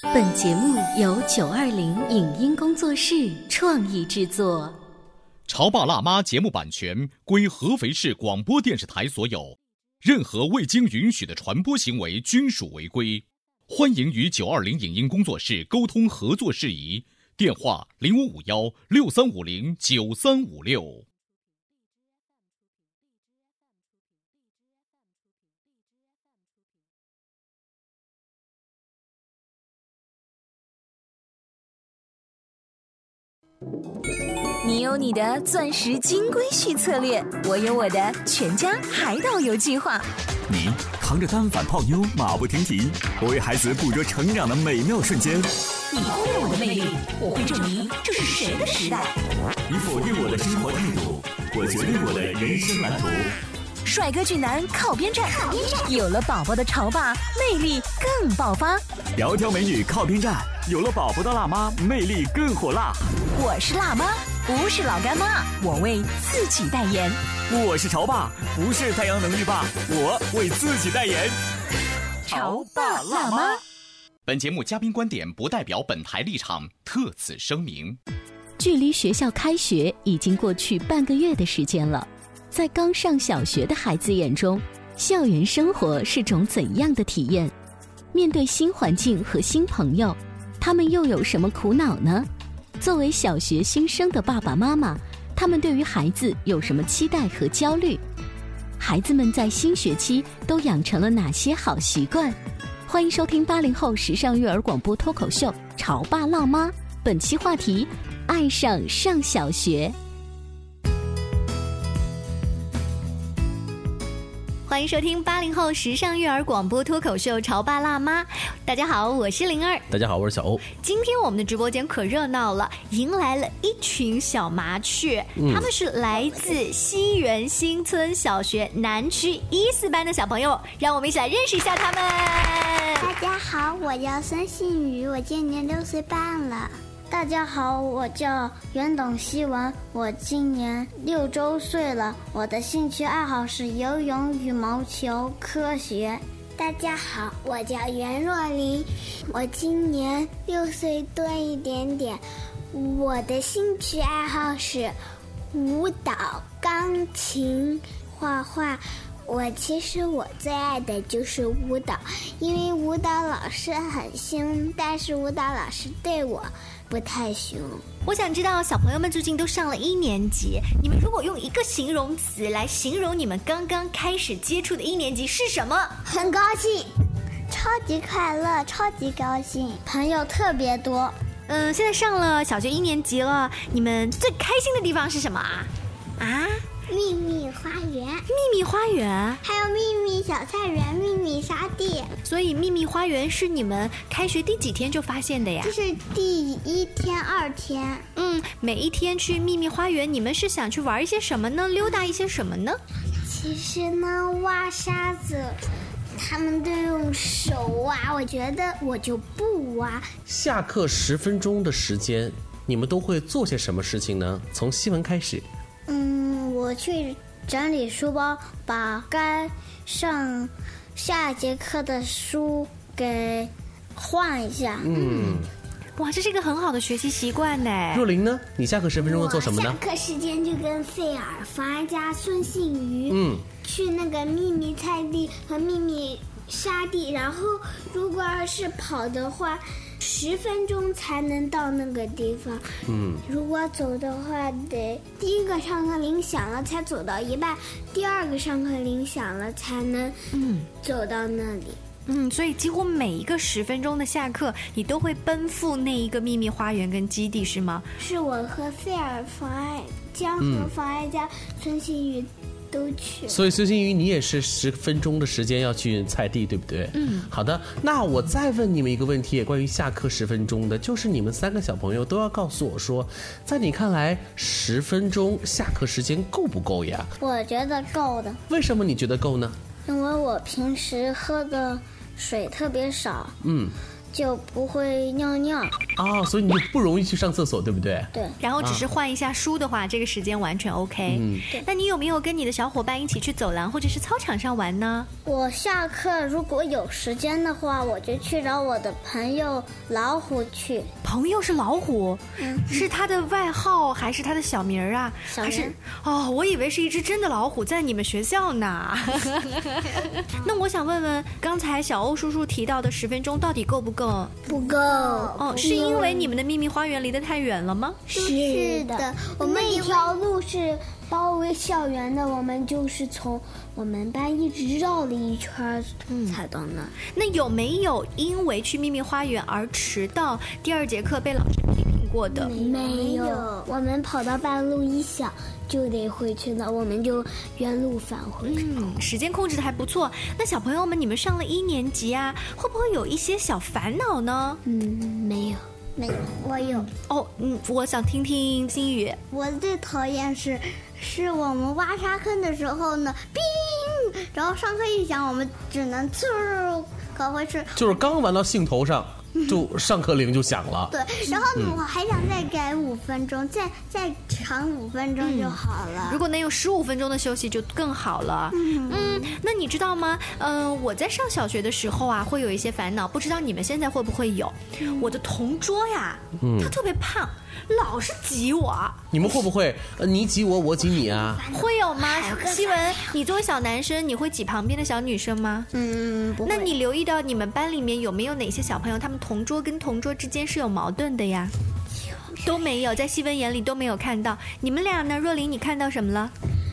本节目由920影音工作室创意制作。 潮爸辣妈节目版权归合肥市广播电视台所有，任何未经允许的传播行为均属违规。欢迎与920影音工作室沟通合作事宜，电话055163509356。 你有你的钻石金龟婿策略，我有我的全家海岛游计划。 你扛着单反泡妞马不停蹄，我为孩子捕捉成长的美妙瞬间。 你忽略我的魅力，我会证明这是谁的时代。 你否定我的生活态度，我决定我的人生蓝图。 帅哥俊男靠边站，有了宝宝的潮爸魅力更爆发。 窈窕美女靠边站，有了宝宝的辣妈魅力更火辣。 我是辣妈，不是老干妈，我为自己代言。 我是潮爸，不是太阳能浴霸，我为自己代言。 潮爸辣妈。 本节目嘉宾观点不代表本台立场，特此声明。 距离学校开学已经过去半个月的时间了，在刚上小学的孩子眼中，校园生活是种怎样的体验？面对新环境和新朋友，他们又有什么苦恼呢？作为小学新生的爸爸妈妈，他们对于孩子有什么期待和焦虑？孩子们在新学期都养成了哪些好习惯？欢迎收听80后时尚育儿广播脱口秀《潮爸辣妈》，本期话题：爱上上小学。 欢迎收听80后时尚育儿广播脱口秀《潮爸辣妈》。大家好，我是灵儿。 大家好，我是小欧。 今天我们的直播间可热闹了，迎来了一群小麻雀，他们是来自西园新村小学南区1、4班的小朋友，让我们一起来认识一下他们。 大家好，我叫孙信宇，我今年6岁半了。大家好，我叫袁董希文，我今年6周岁了。我的兴趣爱好是游泳、羽毛球、科学。大家好，我叫袁若琳，我今年6岁多一点点。我的兴趣爱好是舞蹈、钢琴、画画。其实我最爱的就是舞蹈，因为舞蹈老师很凶，但是舞蹈老师对我不太凶。 我想知道小朋友们最近都上了1年级，你们如果用一个形容词来形容你们刚刚开始接触的1年级是什么？ 很高兴，超级快乐，超级高兴，朋友特别多。 现在上了小学1年级了，你们最开心的地方是什么啊？ 秘密花园， 秘密花园， 还有秘密小菜园、秘密沙地。 所以秘密花园是你们开学第几天就发现的呀？ 这是第1天、2天。 每一天去秘密花园，你们是想去玩一些什么呢？溜达一些什么呢？ 其实呢，挖沙子，他们都用手挖，我觉得我就不挖。 下课10分钟的时间，你们都会做些什么事情呢？从希文开始。 我去整理书包，把该上下节课的书给换一下。 哇，这是一个很好的学习习惯呢。 若琳呢？你下课10分钟做什么呢？ 下课时间就跟费尔、冯爱佳、孙信宇去那个秘密菜地和秘密沙地，然后如果要是跑的话10分钟才能到那个地方。如果走的话，得第一个上课铃响了才走到一半，第二个上课铃响了才能走到那里。 所以几乎每一个10分钟的下课，你都会奔赴那一个秘密花园跟基地，是吗？ 是我和费尔、冯爱江和冯爱佳、孙信宇都去。 所以孙新宇，你也是10分钟的时间要去菜地，对不对？好的。那我再问你们一个问题，也关于下课10分钟的，就是你们3个小朋友都要告诉我说，在你看来10分钟下课时间够不够呀？ 我觉得够的。 为什么你觉得够呢？ 因为我平时喝的水特别少。 就不会尿尿。 啊，所以你就不容易去上厕所，对不对？ 对。 然后只是换一下书的话，这个时间完全 OK。那你有没有跟你的小伙伴一起去走廊或者是操场上玩呢？ 我下课如果有时间的话，我就去找我的朋友老虎去。 朋友是老虎，是他的外号还是他的小名啊？ 小名。 还是哦，我以为是一只真的老虎在你们学校呢。那我想问问，刚才小欧叔叔提到的10分钟到底够不够？ 不够。 哦，是因为你们的秘密花园离得太远了吗？ 是的，我们一条路是包围校园的，我们就是从我们班一直绕了一圈才到那。 那有没有因为去秘密花园而迟到，第2节课被老师批评过的？ 没有，我们跑到半路一响就得回去了，我们就原路返回。 时间控制的还不错。那小朋友们，你们上了1年级啊，会不会有一些小烦恼呢？ 没有。没有，我有。 哦，我想听听心雨。 我最讨厌是我们挖沙坑的时候呢，冰，然后上课一响，我们只能搞回去。 就是刚玩到兴头上，就上课铃就响了。 对，然后我还想再改5分钟，再长5分钟就好了。 如果能有15分钟的休息就更好了。那你知道吗？我在上小学的时候啊，会有一些烦恼，不知道你们现在会不会有？我的同桌呀，他特别胖，老是挤我。 你们会不会你挤我，我挤你啊？ 会有吗？希文，你作为小男生，你会挤旁边的小女生吗？ 不会。 那你留意到你们班里面有没有哪些小朋友，他们同桌跟同桌之间是有矛盾的呀？都没有，在希文眼里都没有看到。你们俩呢？若琳，你看到什么了？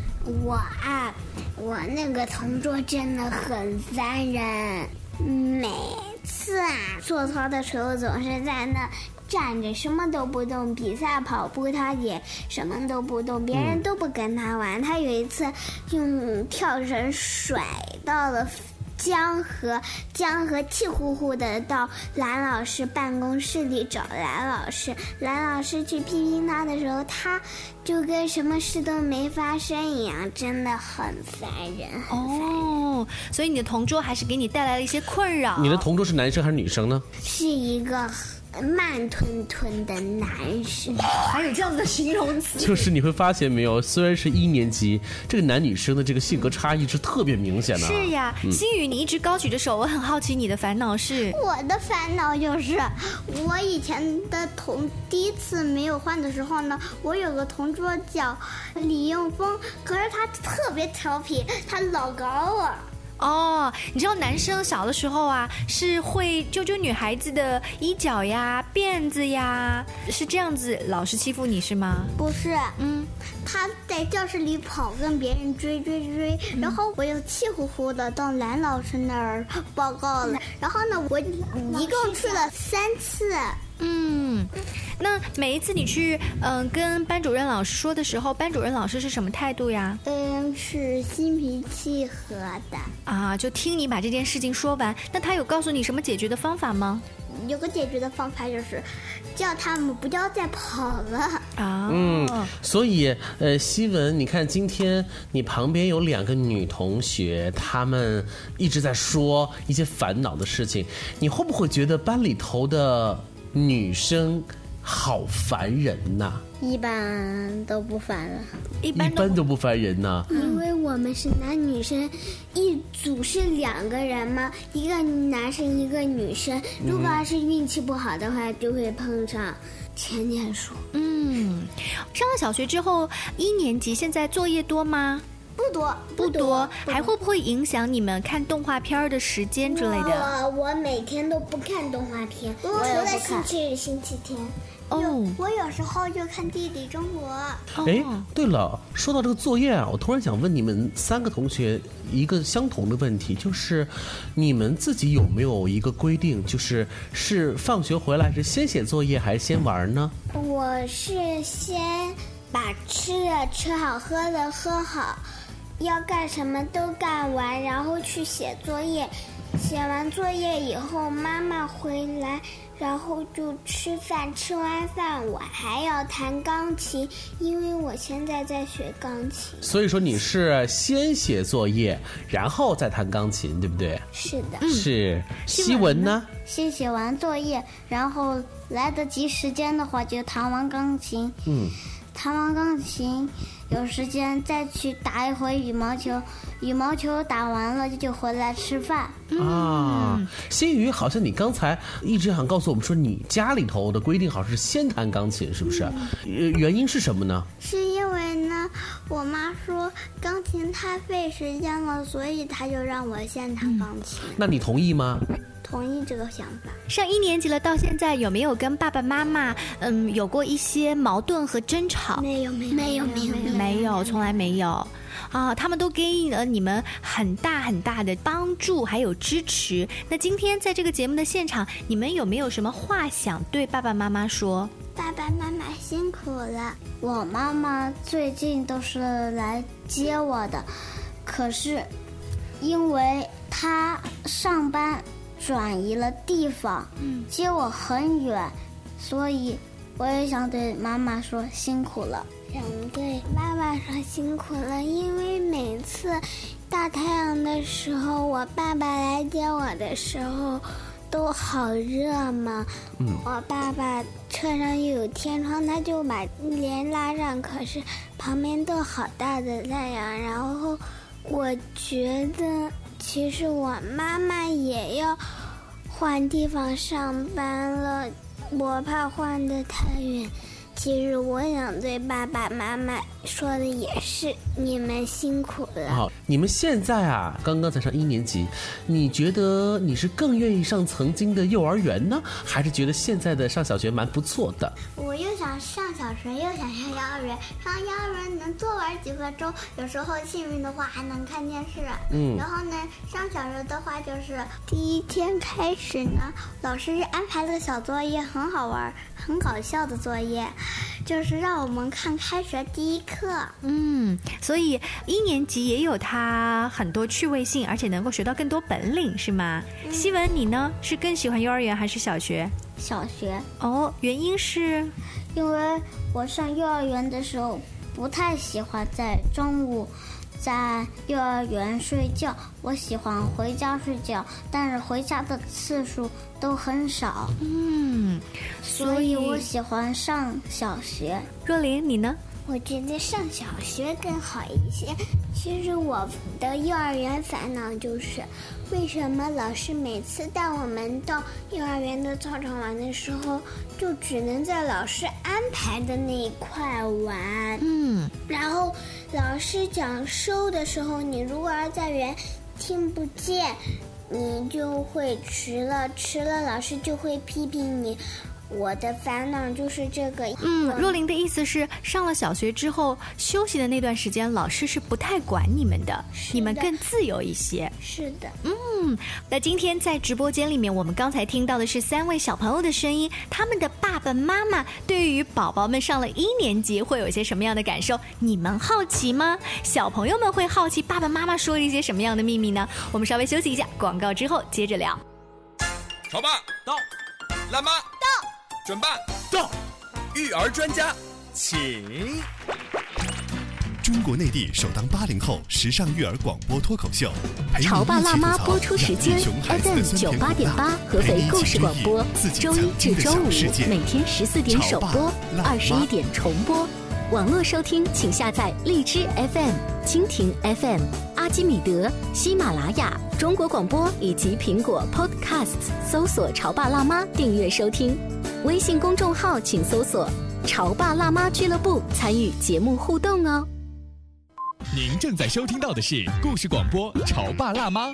我那个同桌真的很烦人，每次做操的时候总是在那站着什么都不动，比赛跑步他也什么都不动，别人都不跟他玩。他有一次用跳绳甩到了江河气呼呼的到蓝老师办公室里找蓝老师去批评他的时候，他就跟什么事都没发生一样，真的很烦人。 哦，所以你的同桌还是给你带来了一些困扰。 你的同桌是男生还是女生呢？ 是一个慢吞吞的男生。 还有这样子的形容词。 就是你会发现没有，虽然是1年级，这个男女生的这个性格差异是特别明显的。 是呀，心雨，你一直高举着手，我很好奇你的烦恼是。 我的烦恼就是我以前的第一次没有换的时候呢，我有个同桌叫李应峰，可是他特别调皮，他老搞我。 哦，你知道男生小的时候啊，是会揪女孩子的衣角呀、辫子呀，是这样子，老是欺负你是吗？ 不是，他在教室里跑，跟别人追，然后我就气呼呼的到蓝老师那儿报告了，然后呢，我一共去了3次。 那每一次你去跟班主任老师说的时候，班主任老师是什么态度呀？ 是心平气和的啊，就听你把这件事情说完。那他有告诉你什么解决的方法吗？ 有个解决的方法就是叫他们不要再跑了啊。 所以希文，你看今天你旁边有2个女同学，她们一直在说一些烦恼的事情，你会不会觉得班里头的女生好烦人呐？ 一般都不烦了， 一般都不烦人呐。 因为我们是男女生，一组是2个人嘛，一个男生一个女生。如果要是运气不好的话，就会碰上天天说。 上了小学之后，1年级现在作业多吗？ 不多， 还会不会影响你们看动画片的时间之类的？ 我每天都不看动画片，除了星期日、星期天。我有时候就看《弟弟中国》。 对了，说到这个作业啊，我突然想问你们3个同学一个相同的问题，就是你们自己有没有一个规定，是放学回来是先写作业还是先玩呢？ 我是先把吃的吃好，喝的喝好，要干什么都干完，然后去写作业。 写完作业以后，妈妈回来，然后就吃饭，吃完饭我还要弹钢琴，因为我现在在学钢琴。 所以说你是先写作业，然后再弹钢琴，对不对？ 是的。 是。希文呢？ 先写完作业，然后来得及时间的话就弹完钢琴。弹完钢琴，有时间再去打一回羽毛球，羽毛球打完了就回来吃饭。 新宇，好像你刚才一直想告诉我们说，你家里头的规定好像是先弹钢琴，是不是？原因是什么呢？ 是因为呢，我妈说钢琴太费时间了，所以她就让我先弹钢琴。 那你同意吗？ 同意这个想法。 上1年级了，到现在有没有跟爸爸妈妈有过一些矛盾和争吵？ 没有， 从来没有。他们都给了你们很大很大的帮助还有支持。那今天在这个节目的现场，你们有没有什么话想对爸爸妈妈说？ 爸爸妈妈辛苦了。我妈妈最近都是来接我的，可是因为她上班转移了地方，接我很远，所以我也想对妈妈说辛苦了。想对爸爸说辛苦了，因为每次大太阳的时候，我爸爸来接我的时候都好热嘛。我爸爸车上又有天窗，他就把帘拉上，可是旁边都好大的太阳。然后我觉得其实我妈妈也要换地方上班了，我怕换得太远。其实我想对爸爸妈妈说的也是，你们辛苦了。 好，你们现在啊，刚刚才上1年级，你觉得你是更愿意上曾经的幼儿园呢，还是觉得现在的上小学蛮不错的？ 我又想上小学，又想上幼儿园。上幼儿园能多玩几分钟，有时候幸运的话还能看电视。然后呢，上小学的话就是第一天开始呢，老师安排了小作业，很好玩、很搞笑的作业，就是让我们看开学第一课。 所以1年级也有它很多趣味性，而且能够学到更多本领，是吗？希文，你呢？是更喜欢幼儿园还是小学？ 小学。 原因是因为我上幼儿园的时候不太喜欢在中午在幼儿园睡觉，我喜欢回家睡觉，但是回家的次数都很少。所以我喜欢上小学。 若琳，你呢？ 我觉得上小学更好一些。其实我的幼儿园烦恼就是，为什么老师每次带我们到幼儿园的操场玩的时候，就只能在老师安排的那一块玩。然后老师讲收的时候，你如果要在园听不见，你就会迟了老师就会批评你。我的烦恼就是这个。 若琳的意思是，上了小学之后休息的那段时间，老师是不太管你们的，你们更自由一些。 是的。 那今天在直播间里面，我们刚才听到的是3位小朋友的声音，他们的爸爸妈妈对于宝宝们上了1年级会有一些什么样的感受？你们好奇吗？小朋友们会好奇爸爸妈妈说了一些什么样的秘密呢？我们稍微休息一下，广告之后接着聊。 潮爸到，辣妈到，准爸到， 育儿专家请。 中国内地首档80后时尚育儿广播脱口秀， 潮爸辣妈播出时间 FM 98.8合肥故事广播，周1至周5每天14点首播，21点重播。网络收听请下载荔枝 FM、蜻蜓 FM、阿基米德、喜马拉雅、中国广播以及苹果 Podcasts， 搜索潮爸辣妈订阅收听。微信公众号请搜索潮爸辣妈俱乐部，参与节目互动哦。 您正在收听到的是故事广播潮爸辣妈。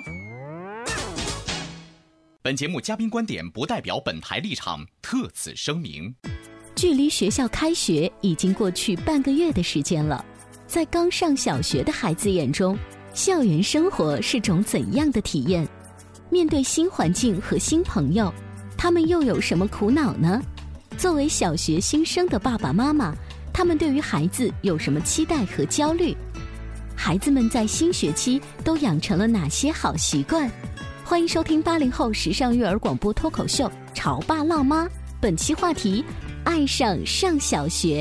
本节目嘉宾观点不代表本台立场，特此声明。 距离学校开学已经过去半个月的时间了，在刚上小学的孩子眼中，校园生活是种怎样的体验？面对新环境和新朋友，他们又有什么苦恼呢？作为小学新生的爸爸妈妈，他们对于孩子有什么期待和焦虑？孩子们在新学期都养成了哪些好习惯？ 欢迎收听80后时尚育儿广播脱口秀《潮爸辣妈》，本期话题：爱上上小学。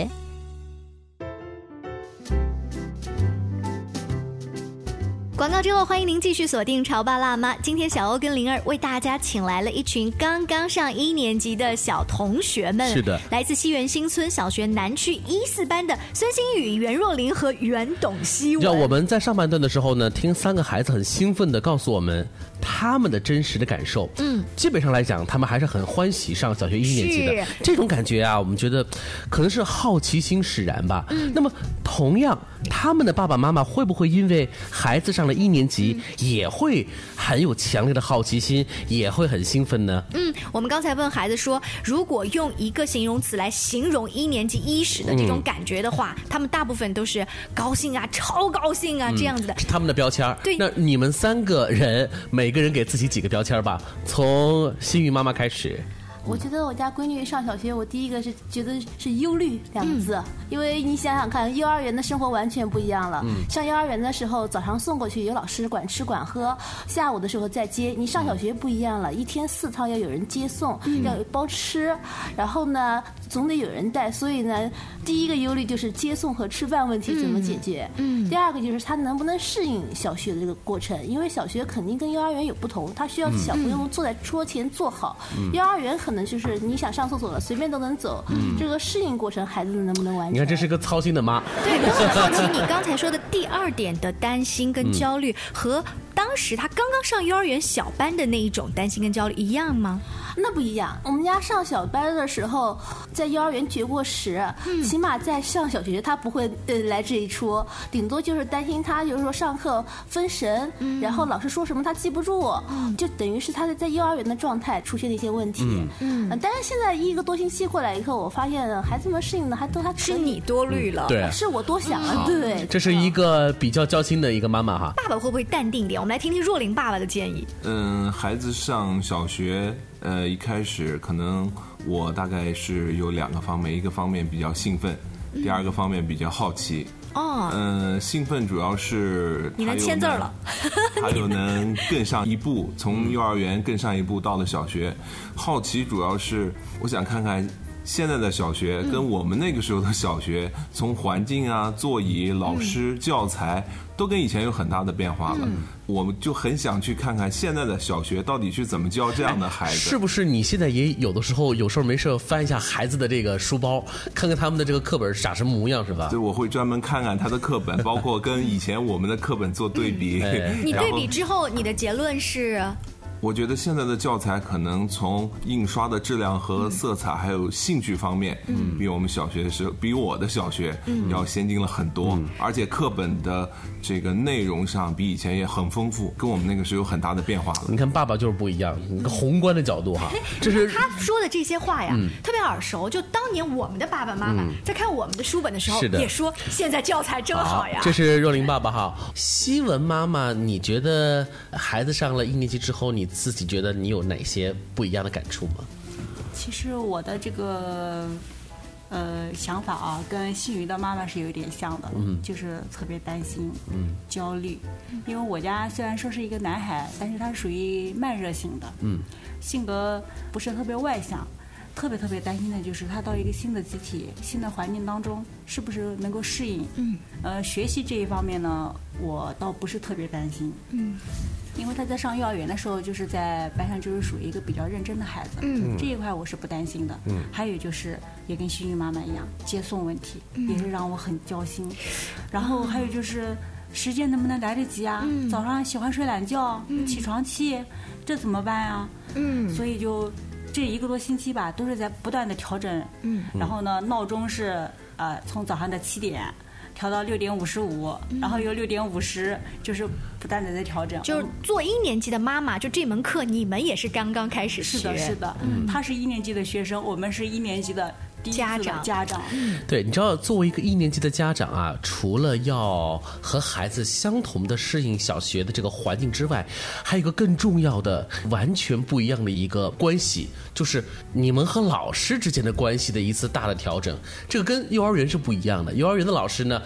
广告之后，欢迎您继续锁定潮爸辣妈。今天小欧跟灵儿为大家请来了一群刚刚上1年级的小同学们。 是的， 来自西园新村小学南区1、4班的孙新宇、袁若琳和袁董希文。 让我们在上半段的时候呢，听3个孩子很兴奋地告诉我们他们的真实的感受。基本上来讲，他们还是很欢喜上小学1年级的。这种感觉啊，我们觉得可能是好奇心使然吧。那么同样，他们的爸爸妈妈会不会因为孩子上了1年级，也会很有强烈的好奇心，也会很兴奋呢？ 我们刚才问孩子说，如果用一个形容词来形容1年级伊始的这种感觉的话，他们大部分都是高兴啊、超高兴啊这样子的， 是他们的标签。 对， 那你们3个人每个人给自己几个标签吧，从新宇妈妈开始。 我觉得我家闺女上小学，我第一个是觉得是忧虑2个字，因为你想想看，幼儿园的生活完全不一样了。上幼儿园的时候，早上送过去有老师管吃管喝，下午的时候再接。你上小学不一样了，一天4趟要有人接送，要有包吃，然后呢总得有人带，所以呢，第一个忧虑就是接送和吃饭问题怎么解决。第二个就是他能不能适应小学的这个过程，因为小学肯定跟幼儿园有不同，他需要小朋友坐在桌前坐好，幼儿园可能就是你想上厕所了随便都能走，这个适应过程孩子能不能完成？ 你看，这是个操心的妈。 对，我很好奇你刚才说的第2点的担心跟焦虑，和当时他刚刚上幼儿园小班的那一种担心跟焦虑一样吗？ 那不一样。我们家上小班的时候，在幼儿园绝过食，起码在上小学他不会来这一出，顶多就是担心他就是说上课分神，然后老师说什么他记不住，就等于是他在幼儿园的状态出现了一些问题。但是现在1个多星期过来以后，我发现孩子们适应的还可以。 是你多虑了， 对， 是我多想了，对。 这是一个比较交心的一个妈妈哈。 爸爸会不会淡定点？我们来听听若琳爸爸的建议。 孩子上小学，一开始可能我大概是有2个方面，一个方面比较兴奋，第2个方面比较好奇。兴奋主要是你能签字了， 还有能更上一步，从幼儿园更上一步到了小学。好奇主要是我想看看现在的小学跟我们那个时候的小学，从环境啊、座椅、老师、教材都跟以前有很大的变化了。我们就很想去看看现在的小学到底是怎么教这样的孩子。 是不是你现在也有的时候有事没事翻一下孩子的这个书包，看看他们的这个课本长什么模样，是吧？ 对，我会专门看看他的课本，包括跟以前我们的课本做对比。 你对比之后，你的结论是？ 我觉得现在的教材可能从印刷的质量和色彩还有兴趣方面，比我们小学的时候，比我的小学要先进了很多，而且课本的这个内容上比以前也很丰富，跟我们那个时候有很大的变化了。 你看爸爸就是不一样，一个宏观的角度哈， 这是他说的这些话呀，特别耳熟。就当年我们的爸爸妈妈在看我们的书本的时候，也说现在教材真好呀。 这是若琳爸爸哈。希文妈妈，你觉得孩子上了1年级之后，你自己觉得你有哪些不一样的感触吗？ 其实我的这个想法啊，跟新宇的妈妈是有点像的，就是特别担心，焦虑。因为我家虽然说是一个男孩，但是他属于慢热型的，性格不是特别外向。特别担心的就是他到一个新的集体、新的环境当中，是不是能够适应？学习这一方面呢，我倒不是特别担心。因为他在上幼儿园的时候，就是在班上就是属于一个比较认真的孩子，这一块我是不担心的。还有就是也跟新宇妈妈一样，接送问题也是让我很焦心。然后还有就是时间能不能来得及啊？早上喜欢睡懒觉，起床气，这怎么办啊？所以就这1个多星期吧，都是在不断的调整。然后呢，闹钟是从早上的7点。调到6点55，然后又6点50，就是不断的在调整。 就是做1年级的妈妈，就这门课你们也是刚刚开始学。 是的，他是1年级的学生，我们是1年级的家长。 对，你知道作为一个1年级的家长啊，除了要和孩子相同的适应小学的这个环境之外，还有一个更重要的完全不一样的一个关系，就是你们和老师之间的关系的一次大的调整。这个跟幼儿园是不一样的。幼儿园的老师呢，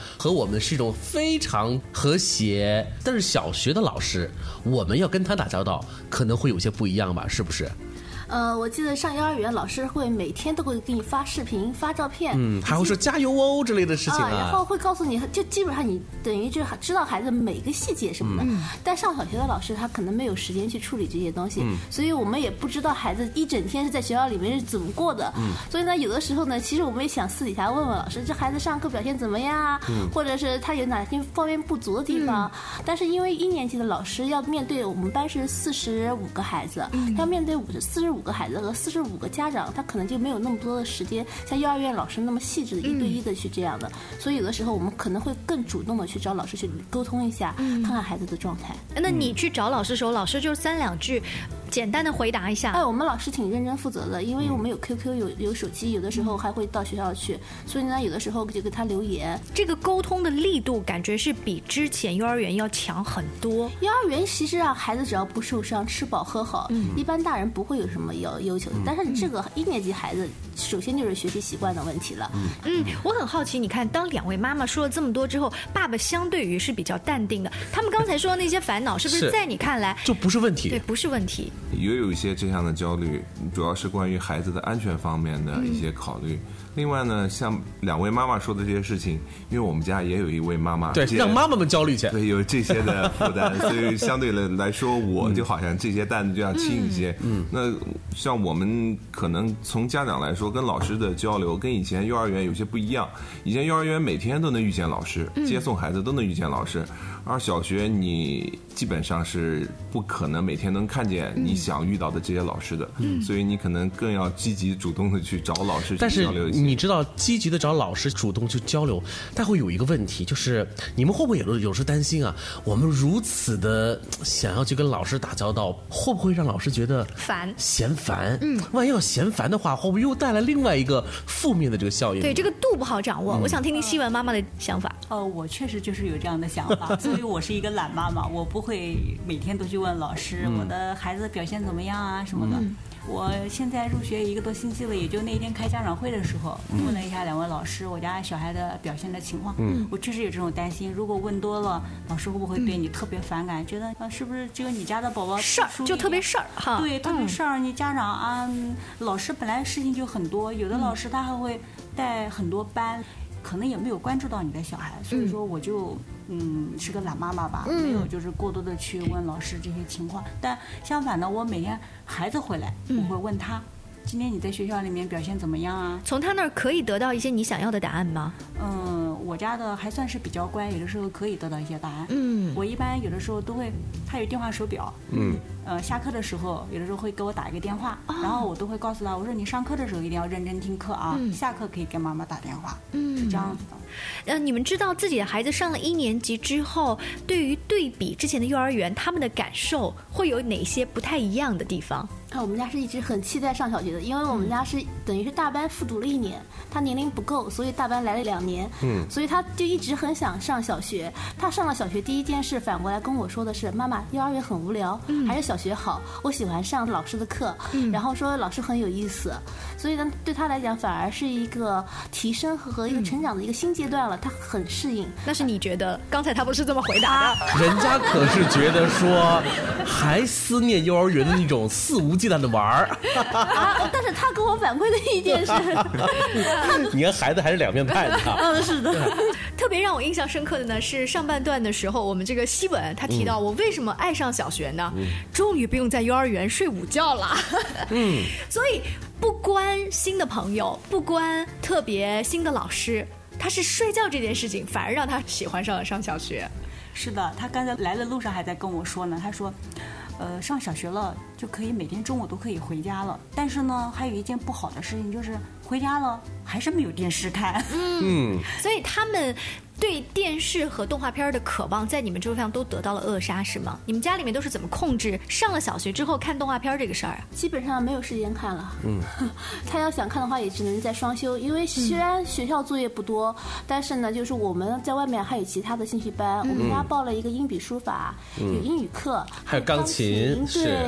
和我们是一种非常和谐。但是小学的老师，我们要跟他打交道，可能会有些不一样吧？是不是？ 我记得上幼儿园，老师会每天都会给你发视频、发照片， 还会说加油哦之类的事情然后会告诉你，就基本上你等于就知道孩子每个细节什么的。但上小学的老师他可能没有时间去处理这些东西，所以我们也不知道孩子一整天是在学校里面是怎么过的。所以呢，有的时候呢，其实我们也想私底下问问老师，这孩子上课表现怎么样啊？或者是他有哪些方面不足的地方？但是因为1年级的老师要面对我们班是45个孩子，他要面对45个孩子和45个家长，他可能就没有那么多的时间像幼儿园老师那么细致的1对1的去这样的，所以有的时候我们可能会更主动的去找老师去沟通一下，看看孩子的状态。 那你去找老师的时候，老师就3、2句简单的回答一下。 我们老师挺认真负责的，因为我们有 QQ 有手机，有的时候还会到学校去，所以呢，有的时候就给他留言。 这个沟通的力度感觉是比之前幼儿园要强很多。 幼儿园其实孩子只要不受伤、吃饱喝好，一般大人不会有什么要求的。但是这个1年级孩子，首先就是学习习惯的问题了。 我很好奇，你看，当2位妈妈说了这么多之后，爸爸相对于是比较淡定的。他们刚才说的那些烦恼，是不是在你看来就不是问题？ 对，不是问题。 也有一些这样的焦虑，主要是关于孩子的安全方面的一些考虑。另外呢，像2位妈妈说的这些事情，因为我们家也有一位妈妈， 对，让妈妈们焦虑起来， 对，有这些的负担，所以相对来说，我就好像这些担子就要轻一些。那像我们可能从家长来说，跟老师的交流跟以前幼儿园有些不一样。以前幼儿园每天都能遇见老师，接送孩子都能遇见老师，而小学你基本上是不可能每天能看见你想遇到的这些老师的，所以你可能更要积极主动的去找老师去交流一些。 你知道，积极的找老师主动去交流，但会有一个问题，就是你们会不会有时担心啊？我们如此的想要去跟老师打交道，会不会让老师觉得嫌烦？万一要嫌烦的话，会不会又带来另外一个负面的这个效应？ 对，这个度不好掌握。我想听听希文妈妈的想法。 我确实就是有这样的想法，所以我是一个懒妈妈，我不会每天都去问老师，我的孩子表现怎么样啊什么的。我现在入学1个多星期了，也就那天开家长会的时候，问了一下2位老师我家小孩的表现的情况。我确实有这种担心，如果问多了，老师会不会对你特别反感，觉得是不是只有你家的宝宝事儿就特别事儿哈？ 对，特别事儿。你家长老师本来事情就很多，有的老师他还会带很多班，可能也没有关注到你的小孩，所以说我就是个懒妈妈吧，没有就是过多的去问老师这些情况。但相反呢，我每天孩子回来，我会问他，今天你在学校里面表现怎么样啊？ 从他那儿可以得到一些你想要的答案吗？ 我家的还算是比较乖，有的时候可以得到一些答案。我一般有的时候都会，他有电话手表。下课的时候有的时候会给我打一个电话，然后我都会告诉他，我说你上课的时候一定要认真听课啊，下课可以跟妈妈打电话。是这样子的。 你们知道自己的孩子上了1年级之后，对于对比之前的幼儿园，他们的感受会有哪些不太一样的地方？ 我们家是一直很期待上小学的，因为我们家是等于是大班复读了1年，他年龄不够，所以大班来了2年，所以他就一直很想上小学。他上了小学第一件事反过来跟我说的是，妈妈，幼儿园很无聊，还是小学好，我喜欢上老师的课，然后说老师很有意思，所以呢对他来讲反而是一个提升和一个成长的一个新阶段了，他很适应。 但是你觉得刚才他不是这么回答的？ 人家可是觉得说还思念幼儿园的那种肆无忌惮的玩儿但是他给我反馈的意见是你看孩子还是2面派的。 是的。 特别让我印象深刻的呢是上半段的时候，我们这个希文他提到我为什么爱上小学呢？终于不用在幼儿园睡午觉了。所以不关新的朋友，不关特别新的老师，他是睡觉这件事情反而让他喜欢上了上小学。 是的，他刚才来的路上还在跟我说呢，他说上小学了就可以每天中午都可以回家了，但是呢还有一件不好的事情，就是回家了还是没有电视看。 所以他们对电视和动画片的渴望在你们这上都得到了扼杀，是吗？你们家里面都是怎么控制上了小学之后看动画片这个事儿啊？ 基本上没有时间看了。他要想看的话也只能在双休，因为虽然学校作业不多，但是呢就是我们在外面还有其他的兴趣班。我们家报了一个英笔书法，有英语课， 还有钢琴。 对了，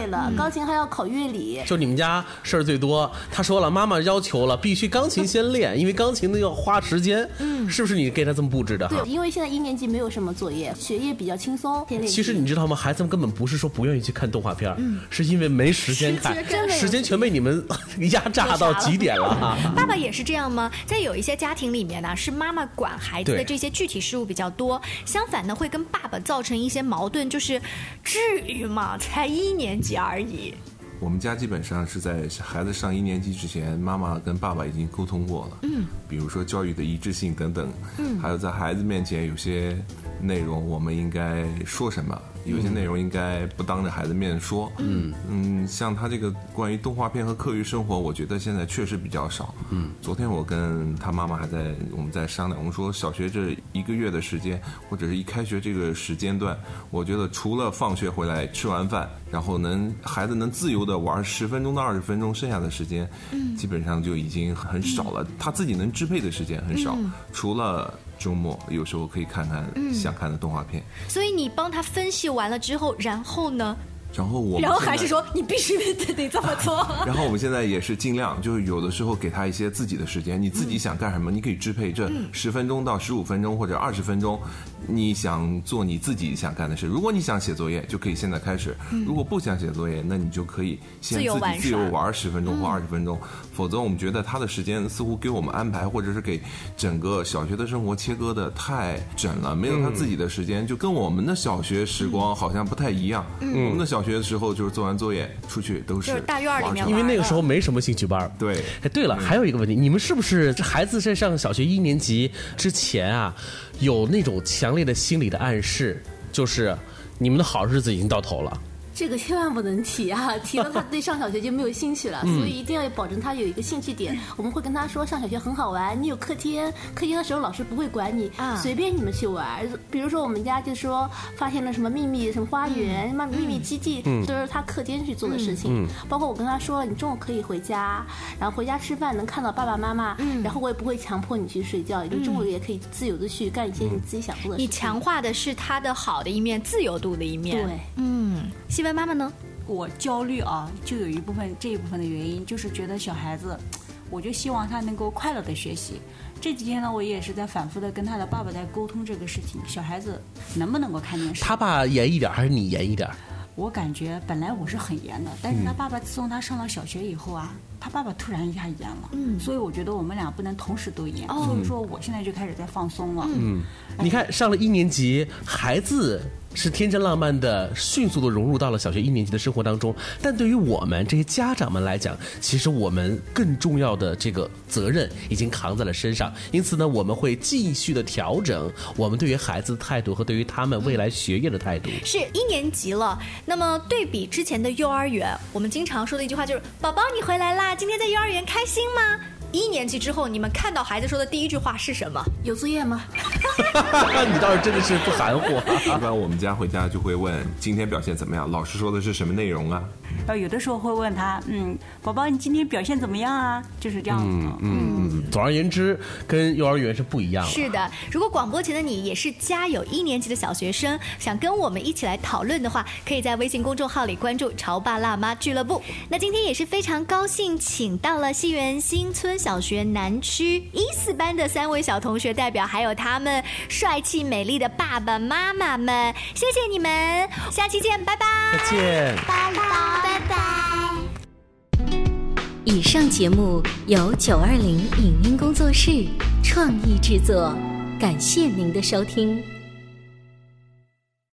钢琴还要考乐理。 就你们家事儿最多，他说了，妈妈要求了，必须钢琴先练，因为钢琴呢要花时间。是不是你给他这么布置的？ 对，因为现在1年级没有什么作业，学业比较轻松。 其实你知道吗？孩子们根本不是说不愿意去看动画片，是因为没时间看，时间全被你们压榨到极点了。 爸爸也是这样吗？在有一些家庭里面呢，是妈妈管孩子的这些具体事务比较多，相反呢，会跟爸爸造成一些矛盾，就是至于吗？才1年级而已。 我们家基本上是在孩子上1年级之前，妈妈跟爸爸已经沟通过了。比如说教育的一致性等等。还有在孩子面前有些内容我们应该说什么，有些内容应该不当着孩子面说。像他这个关于动画片和课余生活，我觉得现在确实比较少。昨天我跟他妈妈我们在商量，我们说小学这1个月的时间，或者是一开学这个时间段，我觉得除了放学回来吃完饭，然后孩子能自由的玩10分钟到20分钟，剩下的时间基本上就已经很少了。他自己能支配的时间很少，除了周末有时候可以看看想看的动画片。 所以你帮他分析完了之后，然后呢？ 然后还是说你必须得这么做。 然后我们现在也是尽量，就是有的时候给他一些自己的时间，你自己想干什么，你可以支配这10分钟到15分钟或者20分钟，你想做你自己想干的事。如果你想写作业，就可以现在开始；如果不想写作业，那你就可以先自己自由玩10分钟或20分钟。否则，我们觉得他的时间似乎给我们安排，或者是给整个小学的生活切割的太整了，没有他自己的时间，就跟我们的小学时光好像不太一样。我们的小学的时候就是做完作业出去都是大院里面， 因为那个时候没什么兴趣班。 对， 对了，还有一个问题，你们是不是这孩子在上小学1年级之前啊，有那种强烈的心理的暗示，就是你们的好日子已经到头了？ 这个千万不能提啊！提了他对上小学就没有兴趣了，所以一定要保证他有一个兴趣点。我们会跟他说，上小学很好玩，你有课间的时候老师不会管你，随便你们去玩。比如说我们家就说发现了什么秘密什么花园、秘密基地，都是他课间去做的事情。包括我跟他说，你中午可以回家，然后回家吃饭能看到爸爸妈妈，然后我也不会强迫你去睡觉，你中午也可以自由的去干一些你自己想做的事情。 你强化的是他的好的一面，自由度的一面。 对， 希文妈妈呢？ 我焦虑啊，就有这一部分的原因，就是觉得小孩子，我就希望他能够快乐的学习。这几天呢，我也是在反复的跟他的爸爸在沟通这个事情，小孩子能不能够看电视？ 他爸严一点还是你严一点？ 我感觉本来我是很严的，但是他爸爸自从他上了小学以后啊，他爸爸突然一下严了，所以我觉得我们俩不能同时都严，所以说我现在就开始在放松了。 你看上了1年级，孩子是天真浪漫的，迅速的融入到了小学1年级的生活当中。但对于我们这些家长们来讲，其实我们更重要的这个责任已经扛在了身上。因此呢，我们会继续的调整我们对于孩子的态度和对于他们未来学业的态度。 是1年级了，那么对比之前的幼儿园，我们经常说的一句话就是“宝宝，你回来啦，今天在幼儿园开心吗？”1年级之后，你们看到孩子说的第一句话是什么？ 有作业吗？ 你倒是真的是不含糊。 一般我们家回家就会问今天表现怎么样，老师说的是什么内容啊？ 有的时候会问他，宝宝你今天表现怎么样啊？就是这样子。 总而言之，跟幼儿园是不一样的。 是的，如果广播前的你也是家有1年级的小学生，想跟我们一起来讨论的话，可以在微信公众号里关注潮爸辣妈俱乐部。那今天也是非常高兴，请到了西园新村小学南区1、4班的3位小同学代表，还有他们帅气美丽的爸爸妈妈们，谢谢你们，下期见，拜拜。 再见， 拜拜，拜拜。 以上节目由920影音工作室创意制作，感谢您的收听。